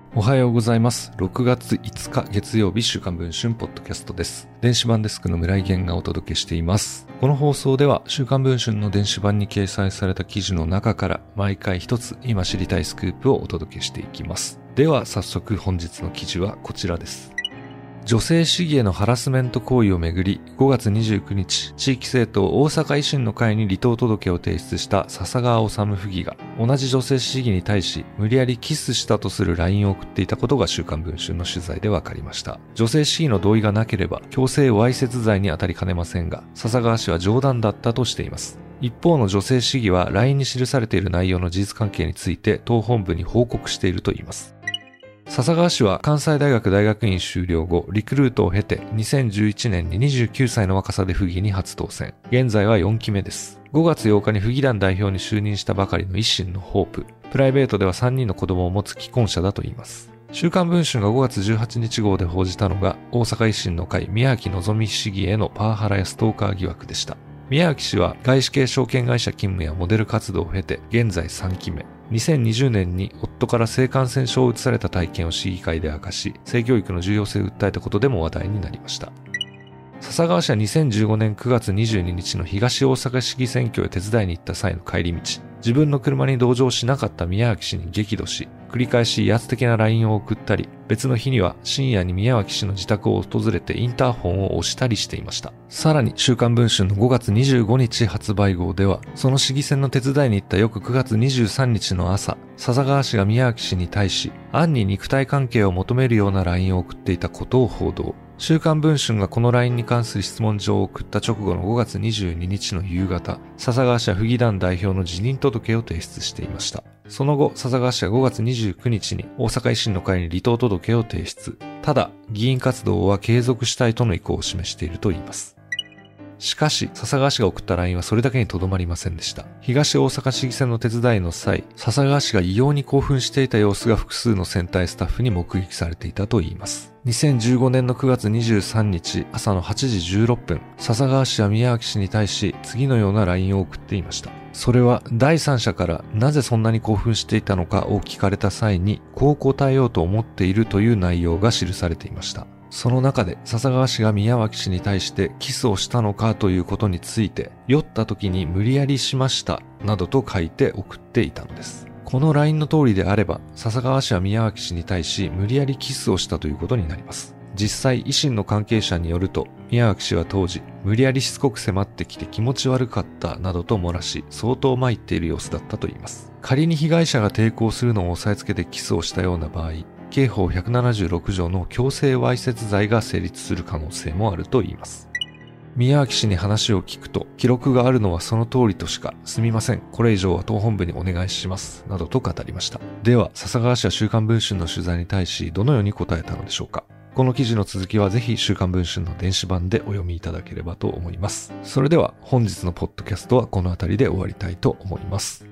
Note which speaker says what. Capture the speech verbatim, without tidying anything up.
Speaker 1: おはようございます。ろくがついつか月曜日、週刊文春ポッドキャストです。電子版デスクの村井源がお届けしています。この放送では週刊文春の電子版に掲載された記事の中から毎回一つ今知りたいスクープをお届けしていきます。では早速本日の記事はこちらです。女性市議へのハラスメント行為をめぐり、ごがつにじゅうくにち、地域政党大阪維新の会に離党届を提出した笹川治府議が、同じ女性市議に対し、無理やりキスしたとする ライン を送っていたことが週刊文春の取材で分かりました。女性市議の同意がなければ、強制わいせつ罪に当たりかねませんが、笹川氏は冗談だったとしています。一方の女性市議は ライン に記されている内容の事実関係について党本部に報告しているといいます。笹川氏は関西大学大学院修了後、リクルートを経てにせんじゅういちねんににじゅうきゅうさいの若さで府議に初当選。現在はよんきめです。ごがつようかに府議団代表に就任したばかりの維新のホープ。プライベートではさんにんの子供を持つ既婚者だといいます。週刊文春がごがつじゅうはちにち号で報じたのが、大阪維新の会宮脇希市議へのパワハラやストーカー疑惑でした。宮脇氏は外資系証券会社勤務やモデル活動を経て現在さんきめ。にせんにじゅうねんに夫から性感染症を移された体験を市議会で明かし、性教育の重要性を訴えたことでも話題になりました。笹川氏はにせんじゅうごねんくがつにじゅうににちの東大阪市議選挙へ手伝いに行った際の帰り道、自分の車に同乗しなかった宮脇氏に激怒し、繰り返し威圧的な ライン を送ったり、別の日には深夜に宮脇氏の自宅を訪れてインターホンを押したりしていました。さらに週刊文春のごがつにじゅうごにち発売号では、その市議選の手伝いに行った翌くがつにじゅうさんにちの朝、笹川氏が宮脇氏に対し、暗に肉体関係を求めるような ライン を送っていたことを報道。週刊文春がこの ライン に関する質問状を送った直後のごがつにじゅうににちの夕方、笹川氏は府議団代表の辞任届を提出していました。その後、笹川氏はごがつにじゅうくにちに大阪維新の会に離党届を提出。ただ、議員活動は継続したいとの意向を示しているといいます。しかし、笹川氏が送った ライン はそれだけにとどまりませんでした。東大阪市議選の手伝いの際、笹川氏が異様に興奮していた様子が複数の選対スタッフに目撃されていたといいます。にせんじゅうごねんのくがつにじゅうさんにち朝のはちじじゅうろっぷん、笹川氏は宮脇氏に対し次のような ライン を送っていました。それは第三者からなぜそんなに興奮していたのかを聞かれた際にこう答えようと思っているという内容が記されていました。その中で笹川氏が宮脇氏に対してキスをしたのかということについて、酔った時に無理やりしましたなどと書いて送っていたのです。この ライン の通りであれば、笹川氏は宮脇氏に対し無理やりキスをしたということになります。実際維新の関係者によると、宮脇氏は当時無理やりしつこく迫ってきて気持ち悪かったなどと漏らし、相当参っている様子だったといいます。仮に被害者が抵抗するのを押さえつけてキスをしたような場合、刑法ひゃくななじゅうろくじょうの強制わいせつ罪が成立する可能性もあるといいます。宮脇氏に話を聞くと、記録があるのはその通りとしか、すみません、これ以上は党本部にお願いします、などと語りました。では、笹川氏は週刊文春の取材に対しどのように答えたのでしょうか。この記事の続きはぜひ週刊文春の電子版でお読みいただければと思います。それでは本日のポッドキャストはこの辺りで終わりたいと思います。